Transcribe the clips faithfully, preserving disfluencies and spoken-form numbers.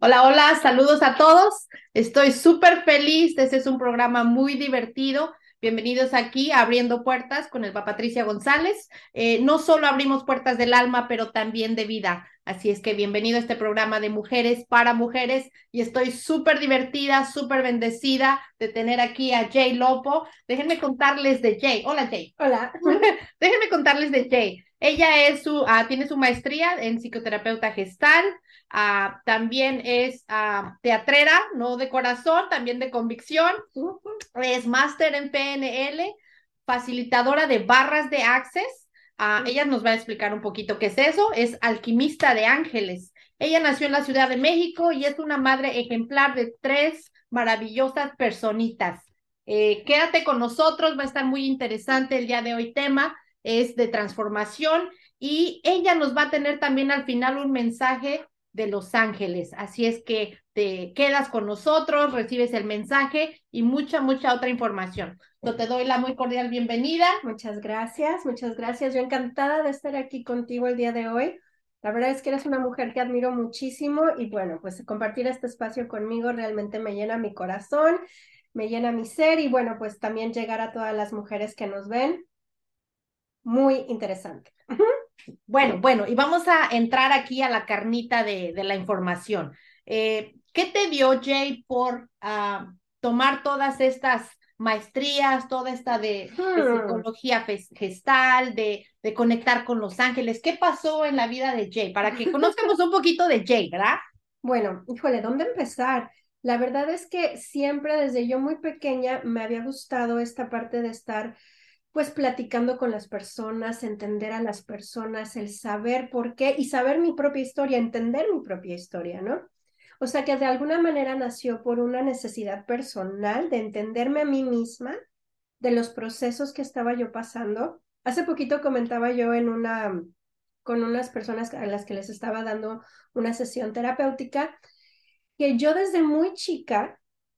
Hola, hola, saludos a todos. Estoy súper feliz. Este es un programa muy divertido. Bienvenidos aquí a Abriendo Puertas con el Papá Patricia González. Eh, no solo abrimos puertas del alma, pero también de vida. Así es que bienvenido a este programa de mujeres para mujeres. Y estoy súper divertida, súper bendecida de tener aquí a Jay Lopo. Déjenme contarles de Jay. Hola, Jay. Hola. Déjenme contarles de Jay. Ella es su, ah, tiene su maestría en psicoterapeuta gestal. Ah, también es ah, teatrera, no de corazón, también de convicción. Es máster en P N L, facilitadora de barras de Access. Ah, ella nos va a explicar un poquito qué es eso. Es alquimista de ángeles. Ella nació en la Ciudad de México y es una madre ejemplar de tres maravillosas personitas. Eh, quédate con nosotros, va a estar muy interesante el día de hoy. Tema es de transformación y ella nos va a tener también al final un mensaje de Los Ángeles. Así es que te quedas con nosotros, recibes el mensaje y mucha, mucha otra información. Yo te doy la muy cordial bienvenida. Muchas gracias, muchas gracias. Yo encantada de estar aquí contigo el día de hoy. La verdad es que eres una mujer que admiro muchísimo y bueno, pues compartir este espacio conmigo realmente me llena mi corazón, me llena mi ser y bueno, pues también llegar a todas las mujeres que nos ven. Muy interesante. Bueno, bueno, y vamos a entrar aquí a la carnita de, de la información. Eh, ¿Qué te dio, Jay, por uh, tomar todas estas maestrías, toda esta de, de Hmm. psicología gestal, de, de conectar con los ángeles? ¿Qué pasó en la vida de Jay? Para que conozcamos un poquito de Jay, ¿verdad? Bueno, híjole, ¿dónde empezar? La verdad es que siempre desde yo muy pequeña me había gustado esta parte de estar pues platicando con las personas, entender a las personas, el saber por qué y saber mi propia historia, entender mi propia historia, ¿no? O sea que de alguna manera nació por una necesidad personal de entenderme a mí misma, de los procesos que estaba yo pasando. Hace poquito comentaba yo en una, con unas personas a las que les estaba dando una sesión terapéutica, que yo desde muy chica,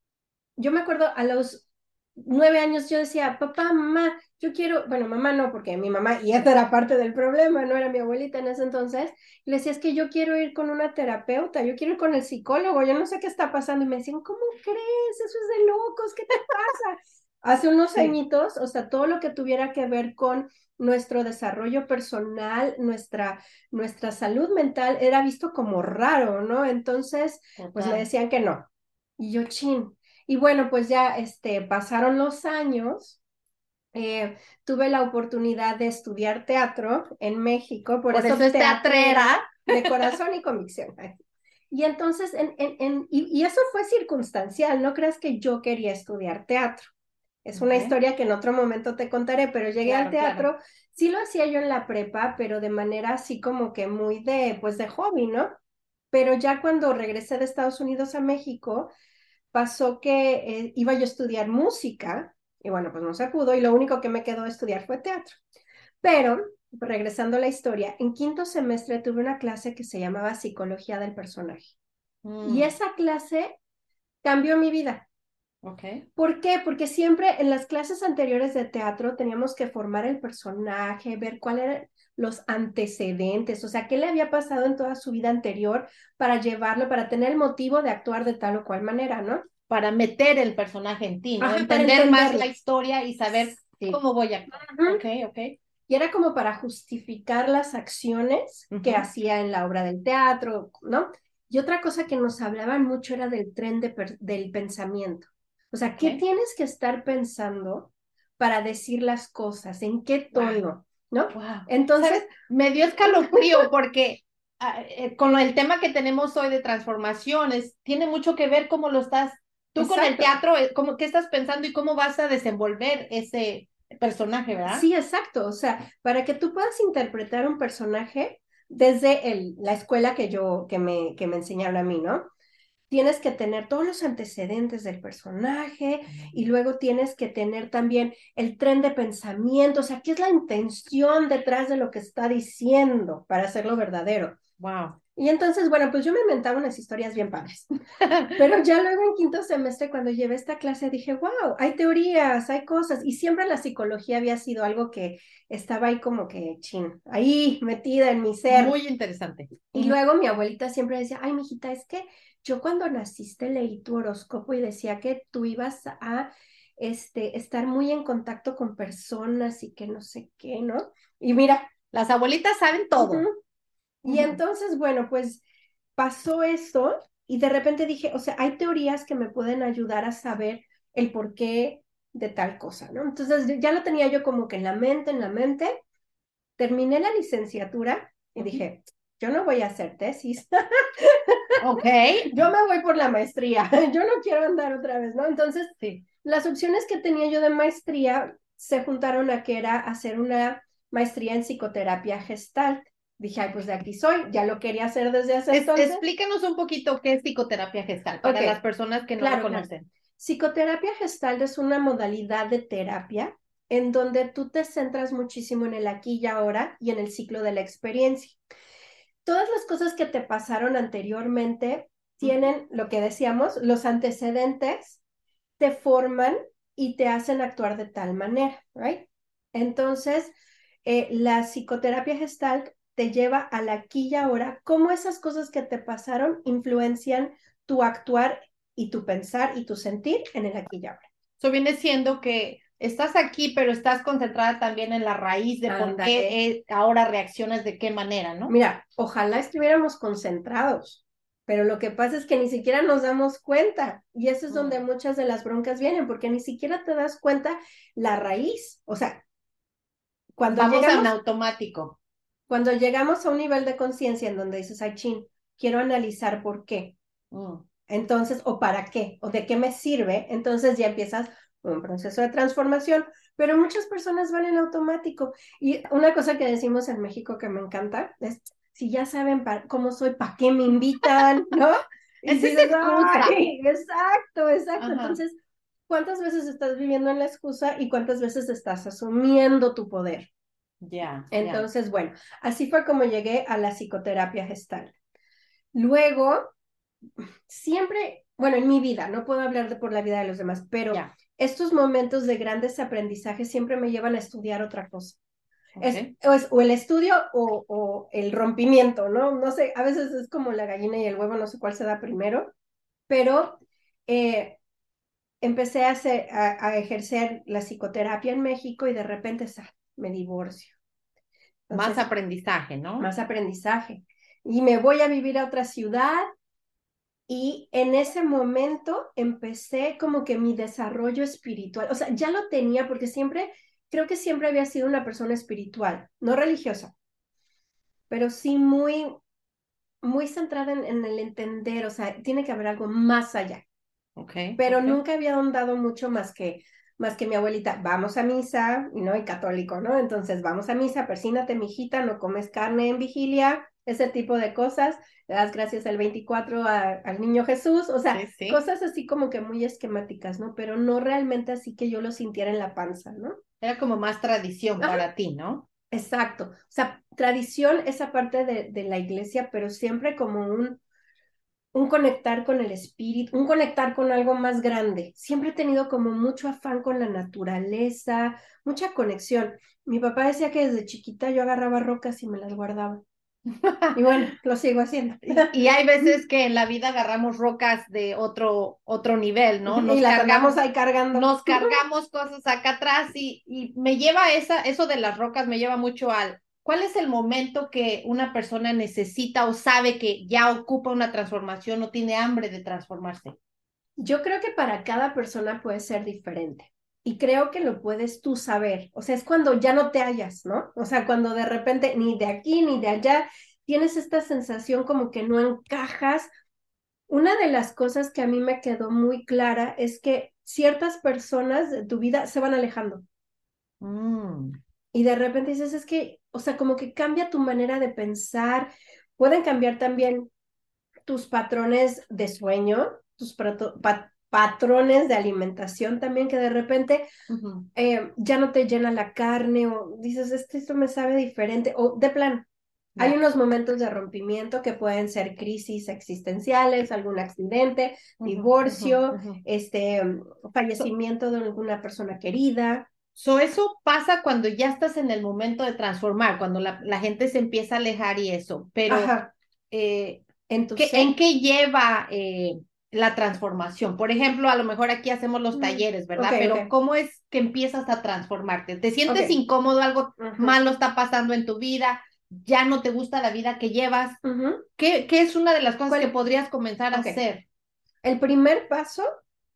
yo me acuerdo a los nueve años yo decía, papá, mamá, yo quiero, bueno, mamá no, porque mi mamá, y esta era parte del problema, no era mi abuelita en ese entonces, le decía, es que yo quiero ir con una terapeuta, yo quiero ir con el psicólogo, yo no sé qué está pasando, y me decían, ¿cómo crees? Eso es de locos, ¿qué te pasa? Hace unos Sí. añitos, o sea, todo lo que tuviera que ver con nuestro desarrollo personal, nuestra, nuestra salud mental, era visto como raro, ¿no? Entonces, pues me Total. decían que no. Y yo, chin. Y bueno, pues ya este, pasaron los años, eh, tuve la oportunidad de estudiar teatro en México, por Por eso eso es teatrera teatrera. de corazón y convicción. Y entonces, en, en, en, y, y eso fue circunstancial, no creas que yo quería estudiar teatro. Es una Ok. historia que en otro momento te contaré, pero llegué al Claro, claro. teatro, sí lo hacía yo en la prepa, pero de manera así como que muy de, pues de hobby, ¿no? Pero ya cuando regresé de Estados Unidos a México, pasó que eh, iba yo a estudiar música y bueno, pues no se pudo y lo único que me quedó estudiar fue teatro. Pero, regresando a la historia, en quinto semestre tuve una clase que se llamaba Psicología del Personaje y Mm, esa clase cambió mi vida. ok. ¿Por qué? Porque siempre en las clases anteriores de teatro teníamos que formar el personaje, ver cuáles eran los antecedentes, o sea, qué le había pasado en toda su vida anterior para llevarlo, para tener el motivo de actuar de tal o cual manera, ¿no? Para meter el personaje en ti, ¿no? Ajá, para Entender más la entenderlo. historia y saber Sí. cómo voy a actuar. Ok, Ujú. ok. Y era como para justificar las acciones que Ujú. hacía en la obra del teatro, ¿no? Y otra cosa que nos hablaban mucho era del tren de per- del pensamiento. O sea, ¿qué Ok. tienes que estar pensando para decir las cosas? ¿En qué Wow, tono? ¿No? wow. ¿Sabes? Entonces, Me dio escalofrío porque ah, eh, con el tema que tenemos hoy de transformaciones, tiene mucho que ver cómo lo estás, tú con el exacto. teatro, eh, cómo, qué estás pensando y cómo vas a desenvolver ese personaje, ¿verdad? Sí, exacto. O sea, para que tú puedas interpretar un personaje desde el, la escuela que yo, que me, que me enseñaron a mí, ¿no? Tienes que tener todos los antecedentes del personaje y luego tienes que tener también el tren de pensamiento, o sea, qué es la intención detrás de lo que está diciendo para hacerlo verdadero. Wow. Y entonces, bueno, pues yo me inventaba unas historias bien padres. Pero ya luego en quinto semestre, cuando llevé esta clase, dije, wow, hay teorías, hay cosas. Y siempre la psicología había sido algo que estaba ahí como que, chin, ahí metida en mi ser. Muy interesante. Y luego mi abuelita siempre decía, ay, mijita, es que yo cuando naciste leí tu horóscopo y decía que tú ibas a este, estar muy en contacto con personas y que no sé qué, ¿no? Y mira, Las abuelitas saben todo. uh-huh. Y entonces, bueno, pues pasó eso y de repente dije, o sea, hay teorías que me pueden ayudar a saber el porqué de tal cosa, ¿no? Entonces ya lo tenía yo como que en la mente, en la mente. Terminé la licenciatura y Uh-huh. dije, yo no voy a hacer tesis. Ok. Yo me voy por la maestría. Yo no quiero andar otra vez, ¿no? Entonces, Sí. las opciones que tenía yo de maestría se juntaron a que era hacer una maestría en psicoterapia gestalt. Dije, ay, pues de aquí soy, ya lo quería hacer desde hace Es, entonces. explícanos un poquito qué es psicoterapia gestal para Ok, las personas que no claro, lo claro. conocen. Psicoterapia gestalt es una modalidad de terapia en donde tú te centras muchísimo en el aquí y ahora y en el ciclo de la experiencia. Todas las cosas que te pasaron anteriormente tienen lo que decíamos, los antecedentes te forman y te hacen actuar de tal manera, ¿right? Entonces, eh, la psicoterapia gestalt te lleva al aquí y ahora, cómo esas cosas que te pasaron influencian tu actuar y tu pensar y tu sentir en el aquí y ahora. Eso viene siendo que estás aquí, pero estás concentrada también en la raíz de por Ándale. qué eh, ahora reaccionas de qué manera, ¿no? Mira, ojalá estuviéramos concentrados, pero lo que pasa es que ni siquiera nos damos cuenta y eso es donde Mm. muchas de las broncas vienen, porque ni siquiera te das cuenta la raíz. O sea, cuando Vamos en llegamos, automático. cuando llegamos a un nivel de conciencia en donde dices, ay, chin, quiero analizar por qué, Mm. entonces, o para qué, o de qué me sirve, entonces ya empiezas un proceso de transformación, pero muchas personas van en automático. Y una cosa que decimos en México que me encanta es, si ya saben pa cómo soy, ¿para qué me invitan? ¿No? Y Esa es dices, excusa. ay, exacto, exacto. Ajá. Entonces, ¿cuántas veces estás viviendo en la excusa y cuántas veces estás asumiendo tu poder? Ya, ya. Entonces, bueno, así fue como llegué a la psicoterapia gestal. Luego, siempre, bueno, en mi vida, no puedo hablar de por la vida de los demás, pero Ya. estos momentos de grandes aprendizajes siempre me llevan a estudiar otra cosa. Es, Ok. o, es, o el estudio o, o, el rompimiento, ¿no? No sé, a veces es como la gallina y el huevo, no sé cuál se da primero, pero eh, empecé a, hacer, a, a, ejercer la psicoterapia en México y de repente ¡sa! Me divorcio. Más Entonces, aprendizaje, ¿no? más aprendizaje. Y me voy a vivir a otra ciudad. Y en ese momento empecé como que mi desarrollo espiritual, o sea, ya lo tenía porque siempre, creo que siempre había sido una persona espiritual, no religiosa, pero sí muy, muy centrada en, en el entender, o sea, tiene que haber algo más allá, Ok, pero ok. nunca había ahondado mucho más que, más que mi abuelita, vamos a misa, ¿no? Y católico, ¿no? Entonces, vamos a misa, persínate, mijita, no comes carne en vigilia, ese tipo de cosas, le das gracias al veinticuatro a, al niño Jesús, o sea, Sí, sí. cosas así como que muy esquemáticas, ¿no? Pero no realmente así que yo lo sintiera en la panza, ¿no? Era como más tradición Ajá, para ti, ¿no? exacto. O sea, tradición, esa parte de, de la iglesia, pero siempre como un un conectar con el espíritu, un conectar con algo más grande. Siempre he tenido como mucho afán con la naturaleza, mucha conexión. Mi papá decía que desde chiquita yo agarraba rocas y me las guardaba. Y bueno, lo sigo haciendo. Y, y hay veces que en la vida agarramos rocas de otro, otro nivel, ¿no? Y Nos las andamos cargamos, ahí cargando. nos cargamos cosas acá atrás y, y me lleva esa, eso de las rocas me lleva mucho al, ¿cuál es el momento que una persona necesita o sabe que ya ocupa una transformación o tiene hambre de transformarse? Yo creo que para cada persona puede ser diferente. Y creo que lo puedes tú saber. O sea, es cuando ya no te hallas, ¿no? O sea, cuando de repente ni de aquí ni de allá tienes esta sensación como que no encajas. Una de las cosas que a mí me quedó muy clara es que ciertas personas de tu vida se van alejando Mm. y de repente dices, es que, o sea, como que cambia tu manera de pensar, pueden cambiar también tus patrones de sueño, tus prato- pa- patrones de alimentación también, que de repente Ujú. eh, ya no te llena la carne o dices, es que esto me sabe diferente o de plano. Hay Ya. unos momentos de rompimiento que pueden ser crisis existenciales, algún accidente, Ujú, divorcio, ujú, ujú. este, So, fallecimiento de alguna persona querida. so eso pasa cuando ya estás en el momento de transformar, cuando la, la gente se empieza a alejar y eso, pero Ajá, eh, en tu ¿qué, ser. en qué lleva eh, la transformación? Por ejemplo, a lo mejor aquí hacemos los Mm, talleres, ok, ¿verdad? Pero ok, ¿cómo es que empiezas a transformarte? ¿Te sientes ok. incómodo, algo Ujú, malo está pasando en tu vida? ¿Ya no te gusta la vida que llevas? ujú. ¿Qué, qué es una de las cosas que ¿Cuál? podrías comenzar a Ok. hacer? El primer paso,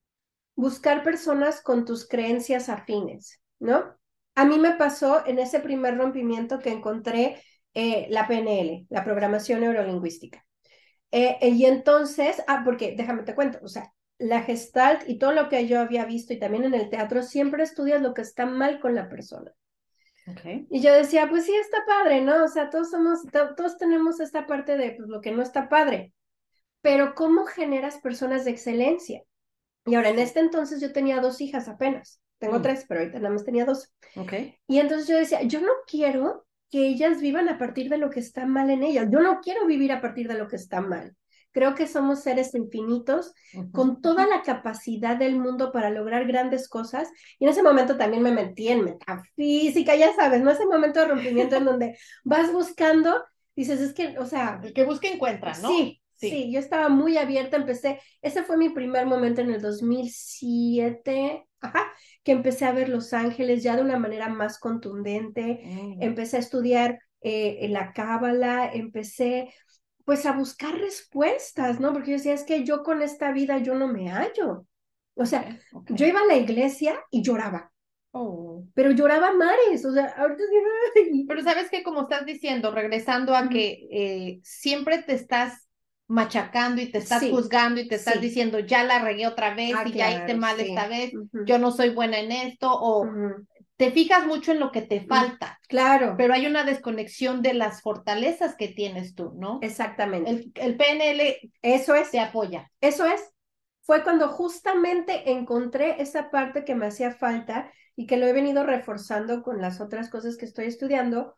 buscar personas con tus creencias afines, ¿no? A mí me pasó en ese primer rompimiento que encontré eh, la P N L, la programación neurolingüística. Eh, eh, y entonces, ah, porque déjame te cuento, o sea, la Gestalt y todo lo que yo había visto y también en el teatro, siempre estudias lo que está mal con la persona. Okay. Y yo decía, pues sí, está padre, ¿no? O sea, todos somos, to- todos tenemos esta parte de pues, lo que no está padre, pero ¿cómo generas personas de excelencia? Y ahora, en Sí. este entonces yo tenía dos hijas apenas, tengo Mm, tres, pero ahorita nada más tenía dos. ok. Y entonces yo decía, yo no quiero que ellas vivan a partir de lo que está mal en ellas. Yo no quiero vivir a partir de lo que está mal. Creo que somos seres infinitos Ujú, con toda la capacidad del mundo para lograr grandes cosas. Y en ese momento también me metí en metafísica, ya sabes, ¿no? Ese momento de rompimiento en donde vas buscando, dices, es que, o sea, el que busca encuentra, ¿no? sí, Sí. sí, yo estaba muy abierta, empecé, ese fue mi primer momento en el dos mil siete, ajá, que empecé a ver Los Ángeles ya de una manera más contundente, Mm, empecé a estudiar eh, la cábala, empecé pues a buscar respuestas, ¿no? Porque yo decía, es que yo con esta vida yo no me hallo. O ok, sea, ok. yo iba a la iglesia y lloraba, Oh. pero lloraba a mares, o sea, ahorita digo, Pero sabes que como estás diciendo, regresando a "Ay". que eh, siempre te estás machacando y te estás Sí, juzgando y te estás sí, diciendo, ya la regué otra vez ah, y ya hice claro, mal esta sí. vez, Ujú, yo no soy buena en esto, o ujú. te fijas mucho en lo que te Mm, falta, claro, pero hay una desconexión de las fortalezas que tienes tú, ¿no? exactamente. El, el P N L Eso te es, apoya. eso es. Fue cuando justamente encontré esa parte que me hacía falta y que lo he venido reforzando con las otras cosas que estoy estudiando,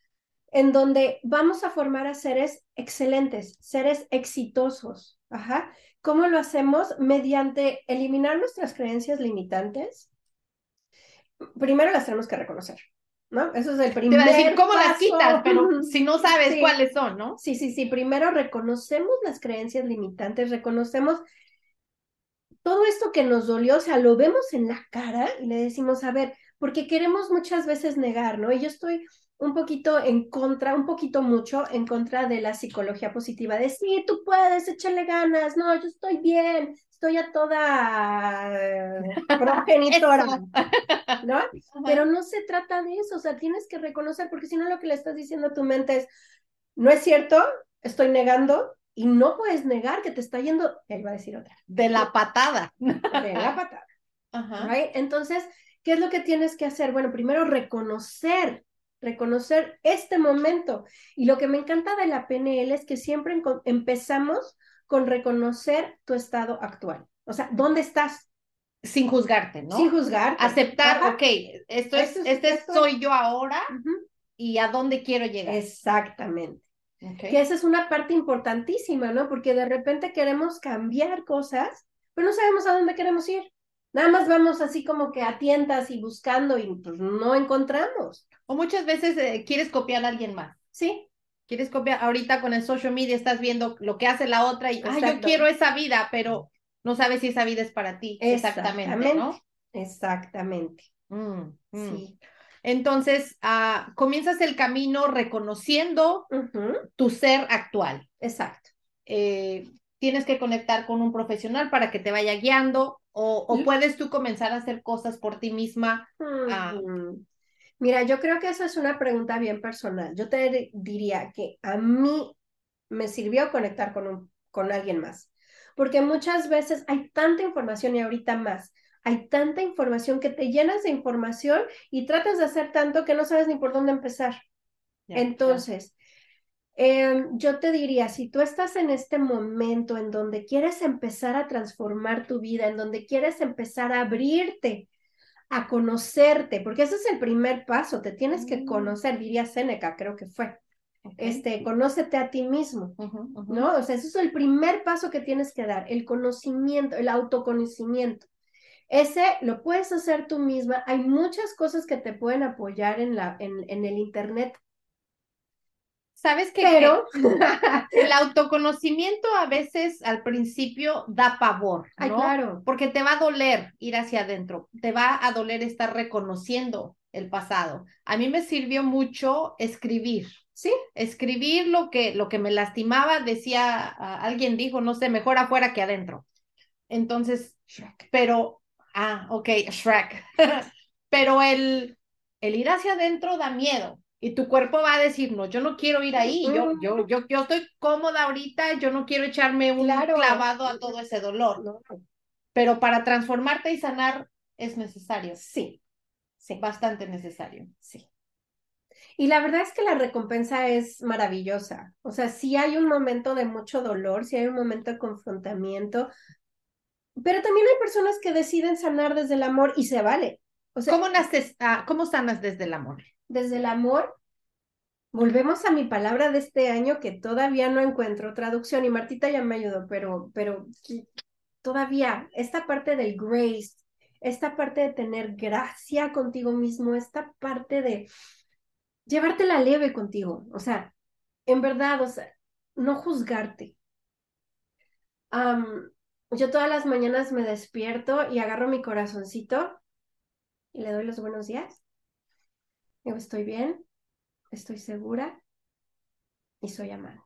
en donde vamos a formar a seres excelentes, seres exitosos. Ajá. ¿Cómo lo hacemos? Mediante eliminar nuestras creencias limitantes. Primero las tenemos que reconocer, ¿no? Eso es el Te va a decir, primer ¿cómo las quitas? paso. Pero si no sabes Sí, cuáles son, ¿no? sí, sí, sí. Primero reconocemos las creencias limitantes, reconocemos todo esto que nos dolió, o sea, lo vemos en la cara y le decimos, a ver, porque queremos muchas veces negar, ¿no? Y yo estoy un poquito en contra, un poquito mucho en contra de la psicología positiva, de sí, tú puedes, échale ganas, no, yo estoy bien, estoy a toda eh, progenitora, Eso. ¿no? Ajá. Pero no se trata de eso, o sea, tienes que reconocer, porque si no lo que le estás diciendo a tu mente es, no es cierto, estoy negando, y no puedes negar que te está yendo, él va a decir otra, De la patada. de la patada. Ajá. Right? Entonces, ¿qué es lo que tienes que hacer? Bueno, primero reconocer, reconocer este momento. Y lo que me encanta de la P N L es que siempre empezamos con reconocer tu estado actual. O sea, ¿dónde estás? Sin juzgarte, Sin ¿no? juzgarte. Aceptar, Ajá, ok, esto esto es, es, este es- esto es. soy yo ahora Uh-huh. y a dónde quiero llegar. Exactamente. Que Ok. esa es una parte importantísima, ¿no? Porque de repente queremos cambiar cosas, pero no sabemos a dónde queremos ir. Nada más vamos así como que a tientas y buscando y pues no encontramos. O muchas veces eh, quieres copiar a alguien más. Sí, Quieres copiar, ahorita con el social media estás viendo lo que hace la otra y, ah, yo quiero exacto. esa vida, pero no sabes si esa vida es para ti exactamente, Exactamente. ¿no? Exactamente. Mm, mm. Sí. Entonces, ah, comienzas el camino reconociendo Ujú, tu ser actual. exacto. Eh, tienes que conectar con un profesional para que te vaya guiando o, o Y, puedes tú comenzar a hacer cosas por ti misma. Ah, ujú. Mira, yo creo que esa es una pregunta bien personal. Yo te diría que a mí me sirvió conectar con, un, con alguien más, porque muchas veces hay tanta información y ahorita más, hay tanta información que te llenas de información y tratas de hacer tanto que no sabes ni por dónde empezar. ya, ya. Entonces, eh, yo te diría, si tú estás en este momento en donde quieres empezar a transformar tu vida, en donde quieres empezar a abrirte, a conocerte, porque ese es el primer paso, te tienes que Mm, conocer, diría Séneca, creo que fue. Okay. Este, conócete a ti mismo, Uh-huh, uh-huh. ¿no? O sea, ese es el primer paso que tienes que dar, el conocimiento, el autoconocimiento. Ese lo puedes hacer tú misma. Hay muchas cosas que te pueden apoyar en, la, en, en el internet. ¿Sabes qué? Pero el autoconocimiento a veces al principio da pavor, ¿no? Ay, claro. Porque te va a doler ir hacia adentro, te va a doler estar reconociendo el pasado. A mí me sirvió mucho escribir. Sí. Escribir lo que, lo que me lastimaba, decía, uh, alguien dijo, no sé, mejor afuera que adentro. Entonces, Shrek. Pero, ah, ok, Shrek. Pero el, el ir hacia adentro da miedo. Y tu cuerpo va a decir, no, yo no quiero ir ahí, yo, yo, yo, yo estoy cómoda ahorita, yo no quiero echarme un Claro. clavado a todo ese dolor. No. Pero para transformarte y sanar es necesario. Sí, sí. Bastante necesario. Sí. Y la verdad es que la recompensa es maravillosa. O sea, sí hay un momento de mucho dolor, sí hay un momento de confrontamiento, pero también hay personas que deciden sanar desde el amor y se vale. O sea, ¿Cómo naces, ah, cómo sanas desde el amor? desde el amor, volvemos a mi palabra de este año que todavía no encuentro traducción y Martita ya me ayudó, pero, pero todavía esta parte del grace, esta parte de tener gracia contigo mismo, esta parte de llevártela leve contigo, o sea, en verdad, o sea, no juzgarte. Um, yo todas las mañanas me despierto y agarro mi corazoncito y le doy los buenos días. Digo, estoy bien, estoy segura y soy amada.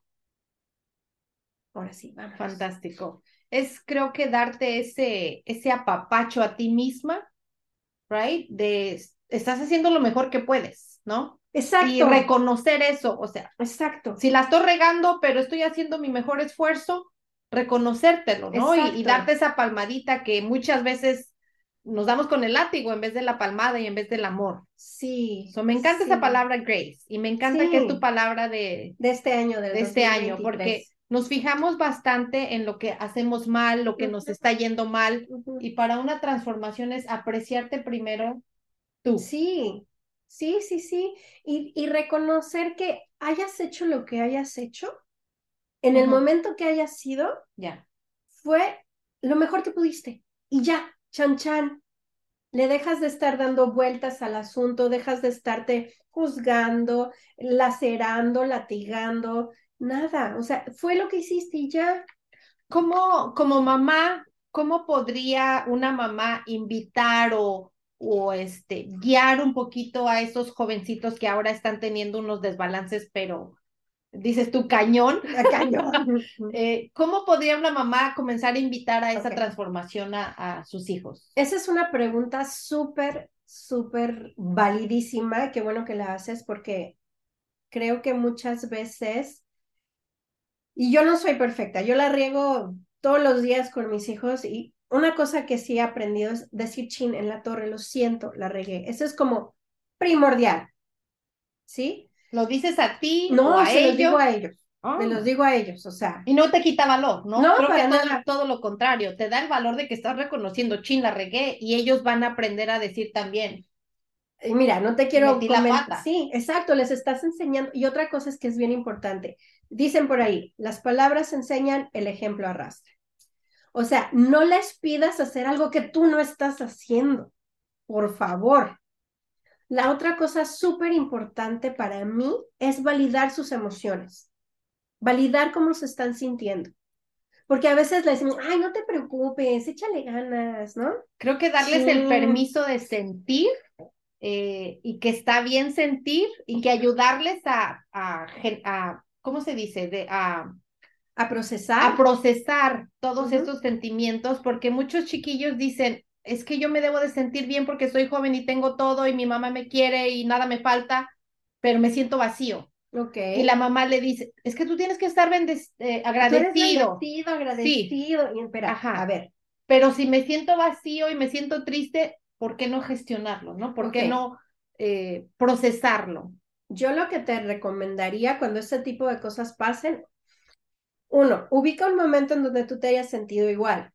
Ahora sí, vamos. Fantástico. Es creo que darte ese, ese apapacho a ti misma, right? De estás haciendo lo mejor que puedes, ¿no? Exacto. Y reconocer eso, o sea, exacto. Si la estoy regando, pero estoy haciendo mi mejor esfuerzo, reconocértelo, ¿no? Y, y darte esa palmadita que muchas veces nos damos con el látigo en vez de la palmada y en vez del amor. Sí. So, me encanta sí. esa palabra grace y me encanta Sí. que es tu palabra de, de este año, del de este dos mil veintitrés. año, porque nos fijamos bastante en lo que hacemos mal, lo que uh-huh. nos está yendo mal, uh-huh. y para una transformación es apreciarte primero tú. Sí, sí, sí, sí. Y, y reconocer que hayas hecho lo que hayas hecho, en uh-huh. el momento que hayas sido, ya, yeah. fue lo mejor que pudiste. Y ya, chan, chan. Le dejas de estar dando vueltas al asunto, dejas de estarte juzgando, lacerando, latigando, nada. O sea, fue lo que hiciste y ya. ¿Cómo, como mamá, cómo podría una mamá invitar o, o este, guiar un poquito a esos jovencitos que ahora están teniendo unos desbalances, pero dices tú, cañón? A cañón. eh, ¿Cómo podría una mamá comenzar a invitar a esa okay. transformación a, a sus hijos? Esa es una pregunta súper, súper validísima. Qué bueno que la haces porque creo que muchas veces, y yo no soy perfecta, yo la riego todos los días con mis hijos y una cosa que sí he aprendido es decir chin en la torre, lo siento, la regué. Eso es como primordial, ¿sí? ¿Lo dices a ti no, o a se ellos? los digo a ellos, oh. se los digo a ellos, o sea. Y no te quita valor, ¿no? No, Creo para que todo, nada. todo lo contrario, te da el valor de que estás reconociendo, chin, la regué, y ellos van a aprender a decir también, Y mira, no te quiero metí la pata. Sí, exacto, les estás enseñando. Y otra cosa es que es bien importante. Dicen por ahí, las palabras enseñan, el ejemplo arrastra. O sea, no les pidas hacer algo que tú no estás haciendo. Por favor. La otra cosa súper importante para mí es validar sus emociones. Validar cómo se están sintiendo. Porque a veces le decimos, ay, no te preocupes, échale ganas, ¿no? Creo que darles sí. el permiso de sentir eh, y que está bien sentir y que ayudarles a, a, a ¿cómo se dice? De, a, a procesar. A procesar todos uh-huh. estos sentimientos, porque muchos chiquillos dicen, es que yo me debo de sentir bien porque soy joven y tengo todo y mi mamá me quiere y nada me falta, pero me siento vacío. Okay. Y la mamá le dice, es que tú tienes que estar bendes eh, agradecido. Tú eres bendecido, agradecido. Sí. Y espera, Ajá. a ver. Pero si me siento vacío y me siento triste, ¿por qué no gestionarlo, no? ¿Por okay. qué no eh, procesarlo? Yo lo que te recomendaría cuando este tipo de cosas pasen, uno, ubica un momento en donde tú te hayas sentido igual.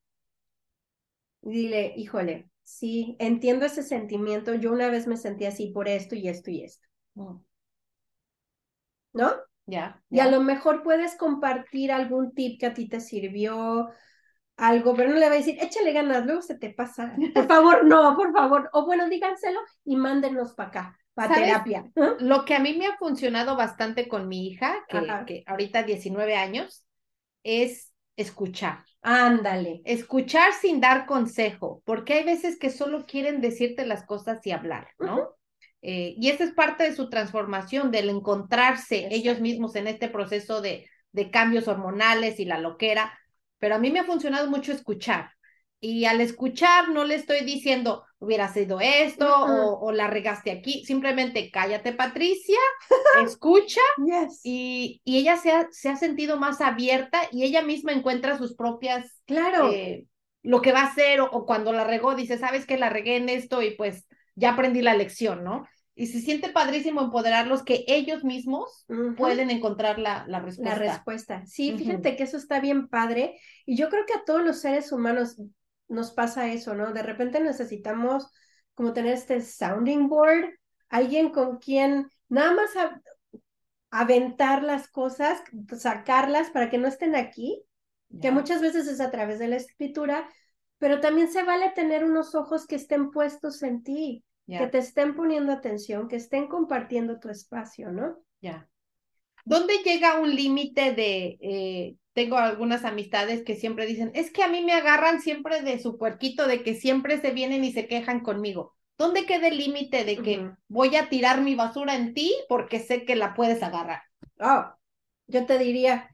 Dile, híjole, sí, entiendo ese sentimiento, yo una vez me sentí así por esto y esto y esto. Mm. ¿No? Ya. Ya, Y a ya. lo mejor puedes compartir algún tip que a ti te sirvió, algo, pero no le va a decir, échale ganas, luego se te pasa. Por favor, no, por favor. O bueno, díganselo y mándenos para acá, para ¿Sabes? terapia. ¿Ah? Lo que a mí me ha funcionado bastante con mi hija, que, Ajá. que ahorita diecinueve años, es escuchar. Ándale. Escuchar sin dar consejo, porque hay veces que solo quieren decirte las cosas y hablar, Ujú. ¿no? Eh, y esa es parte de su transformación, del encontrarse Exacto. ellos mismos en este proceso de, de cambios hormonales y la loquera. Pero a mí me ha funcionado mucho escuchar. Y al escuchar no le estoy diciendo, hubiera sido esto Uh-uh. o, o la regaste aquí, simplemente cállate, Patricia, escucha Yes. y, y ella se ha, se ha sentido más abierta y ella misma encuentra sus propias, Claro. eh, lo que va a hacer o, o cuando la regó, dice, sabes que la regué en esto y pues ya aprendí la lección, ¿no? Y se siente padrísimo empoderarlos que ellos mismos Ujú. pueden encontrar la, la La respuesta. respuesta. Sí, Ujú. fíjate que eso está bien padre. Y yo creo que a todos los seres humanos nos pasa eso, ¿no? De repente necesitamos como tener este sounding board, alguien con quien nada más a- aventar las cosas, sacarlas para que no estén aquí, que Ya, muchas veces es a través de la escritura, pero también se vale tener unos ojos que estén puestos en ti, que ya, te estén poniendo atención, que estén compartiendo tu espacio, ¿no? ya. ¿Dónde llega un límite de, eh, tengo algunas amistades que siempre dicen, es que a mí me agarran siempre de su puerquito, de que siempre se vienen y se quejan conmigo? ¿Dónde queda el límite de que Ujú. voy a tirar mi basura en ti porque sé que la puedes agarrar? Oh, yo te diría,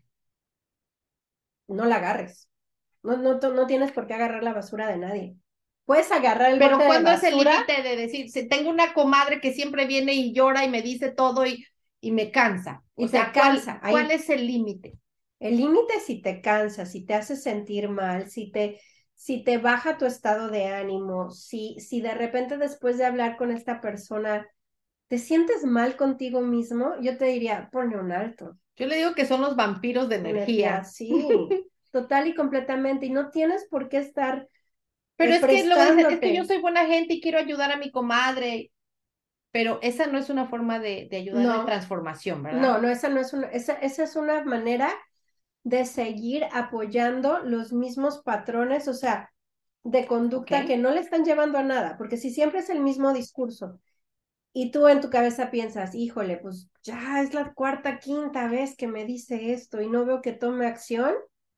no la agarres. No, no, tú no tienes por qué agarrar la basura de nadie. Puedes agarrar el bote Pero de ¿cuándo es el basura límite de decir, si tengo una comadre que siempre viene y llora y me dice todo y, y me cansa? O y te sea, ¿cuál, cansa. cuál Ahí, es el límite? el límite es si te cansa, si te hace sentir mal, si te, si te baja tu estado de ánimo, si, si de repente después de hablar con esta persona te sientes mal contigo mismo, yo te diría, ponle un alto. Yo le digo que son los vampiros de Energía, energía. sí, total y completamente. Y no tienes por qué estar Pero eh, es que luego dicen, es que yo prestándote. soy buena gente y quiero ayudar a mi comadre, pero esa no es una forma de, de ayudar de No, transformación, ¿verdad? no, no, esa no es una, esa, esa es una manera de seguir apoyando los mismos patrones, o sea, de ¿Ok? conducta que no le están llevando a nada, porque si siempre es el mismo discurso y tú en tu cabeza piensas, híjole, pues ya es la cuarta, quinta vez que me dice esto y no veo que tome acción,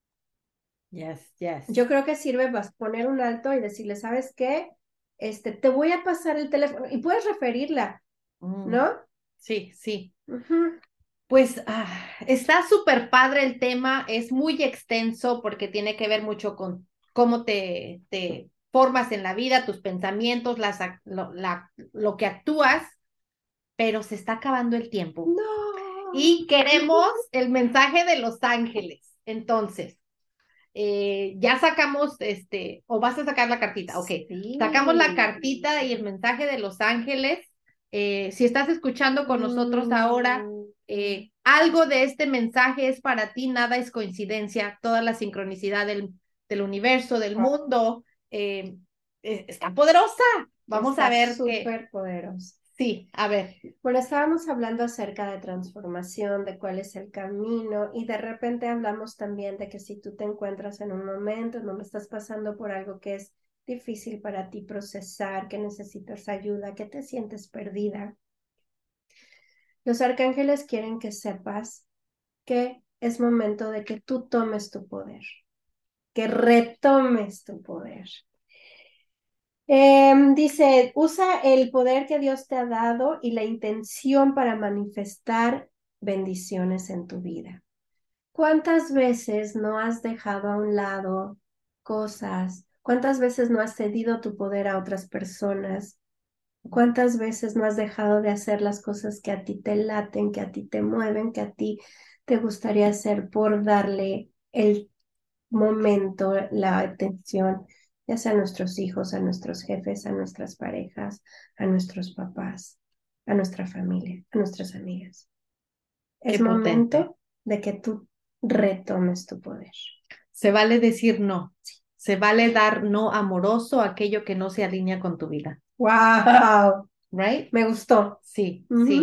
Yes, yes. yo creo que sirve vas poner un alto y decirle, ¿sabes qué? Este, te voy a pasar el teléfono y puedes referirla, Mm, ¿no? sí, sí. Ujú. Pues ah, está súper padre el tema, es muy extenso porque tiene que ver mucho con cómo te, te formas en la vida, tus pensamientos, las, ac- lo, la, lo que actúas, pero se está acabando el tiempo No. y queremos el mensaje de los ángeles. Entonces, eh, ya sacamos, este, o vas a sacar la cartita, ok, sacamos la Sí. cartita y el mensaje de los ángeles. Eh, si estás escuchando con nosotros ahora, Mm. eh, algo de este mensaje es para ti, nada es coincidencia, toda la sincronicidad del, del universo, del mundo, eh, eh, está poderosa. Vamos a Está ver qué, súper poderoso. sí, a ver, Bueno, estábamos hablando acerca de transformación, de cuál es el camino y de repente hablamos también de que si tú te encuentras en un momento en donde estás pasando por algo que es difícil para ti procesar, que necesitas ayuda, que te sientes perdida, los arcángeles quieren que sepas que es momento de que tú tomes tu poder, que retomes tu poder. Eh, dice, usa el poder que Dios te ha dado y la intención para manifestar bendiciones en tu vida. ¿Cuántas veces no has dejado a un lado cosas? ¿Cuántas veces no has cedido tu poder a otras personas? ¿Cuántas veces no has dejado de hacer las cosas que a ti te laten, que a ti te mueven, que a ti te gustaría hacer por darle el momento, la atención, ya sea a nuestros hijos, a nuestros jefes, a nuestras parejas, a nuestros papás, a nuestra familia, a nuestras amigas? qué Es potente. momento de que tú retomes tu poder. Se vale decir no, se vale dar no amoroso a aquello que no se alinea con tu vida, ¡Wow! right? Me gustó. Sí, Ujú. sí.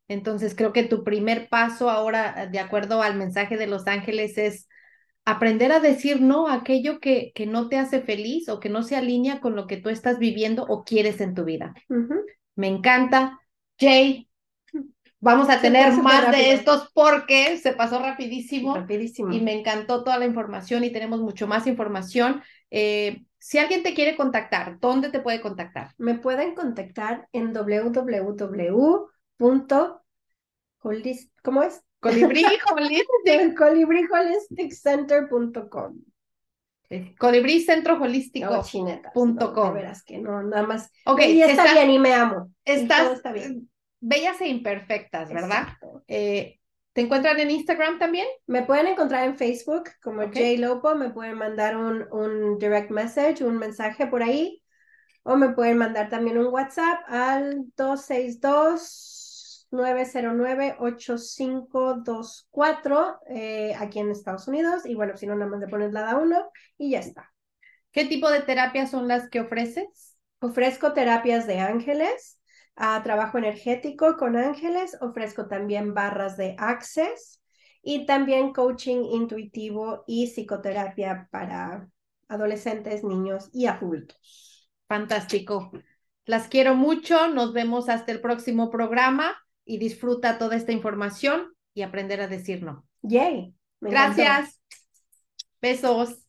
Entonces creo que tu primer paso ahora, de acuerdo al mensaje de Los Ángeles, es aprender a decir no a aquello que, que no te hace feliz o que no se alinea con lo que tú estás viviendo o quieres en tu vida. Ujú. Me encanta. Jay, vamos a Se fue tener súper más de rápido. estos porque se pasó rapidísimo Rapidísimo. y me encantó toda la información y tenemos mucho más información. Eh, si alguien te quiere contactar, ¿dónde te puede contactar? Me pueden contactar en w w w punto holis- ¿cómo es? Colibrí Holistic, colibri holistic center punto com. Colibrí Centro No, Holístico chinetas, punto no, de com. veras que no, nada más. Ok, Y está estás, bien y me amo. Y todo estás está bien. bellas e imperfectas, ¿verdad? Exacto. Eh, ¿te encuentran en Instagram también? Me pueden encontrar en Facebook como Ok. J Lopo, me pueden mandar un, un direct message, un mensaje por ahí, o me pueden mandar también un WhatsApp al dos seis dos, nueve cero nueve, ocho cinco dos cuatro eh, aquí en Estados Unidos. Y bueno, si no, nada más le pones la da uno y ya está. ¿Qué tipo de terapias son las que ofreces? Ofrezco terapias de ángeles, uh, trabajo energético con ángeles, ofrezco también barras de Access y también coaching intuitivo y psicoterapia para adolescentes, niños y adultos. Fantástico. Las quiero mucho. Nos vemos hasta el próximo programa y disfruta toda esta información y aprender a decir no. Yay, me encantó. Gracias. Besos.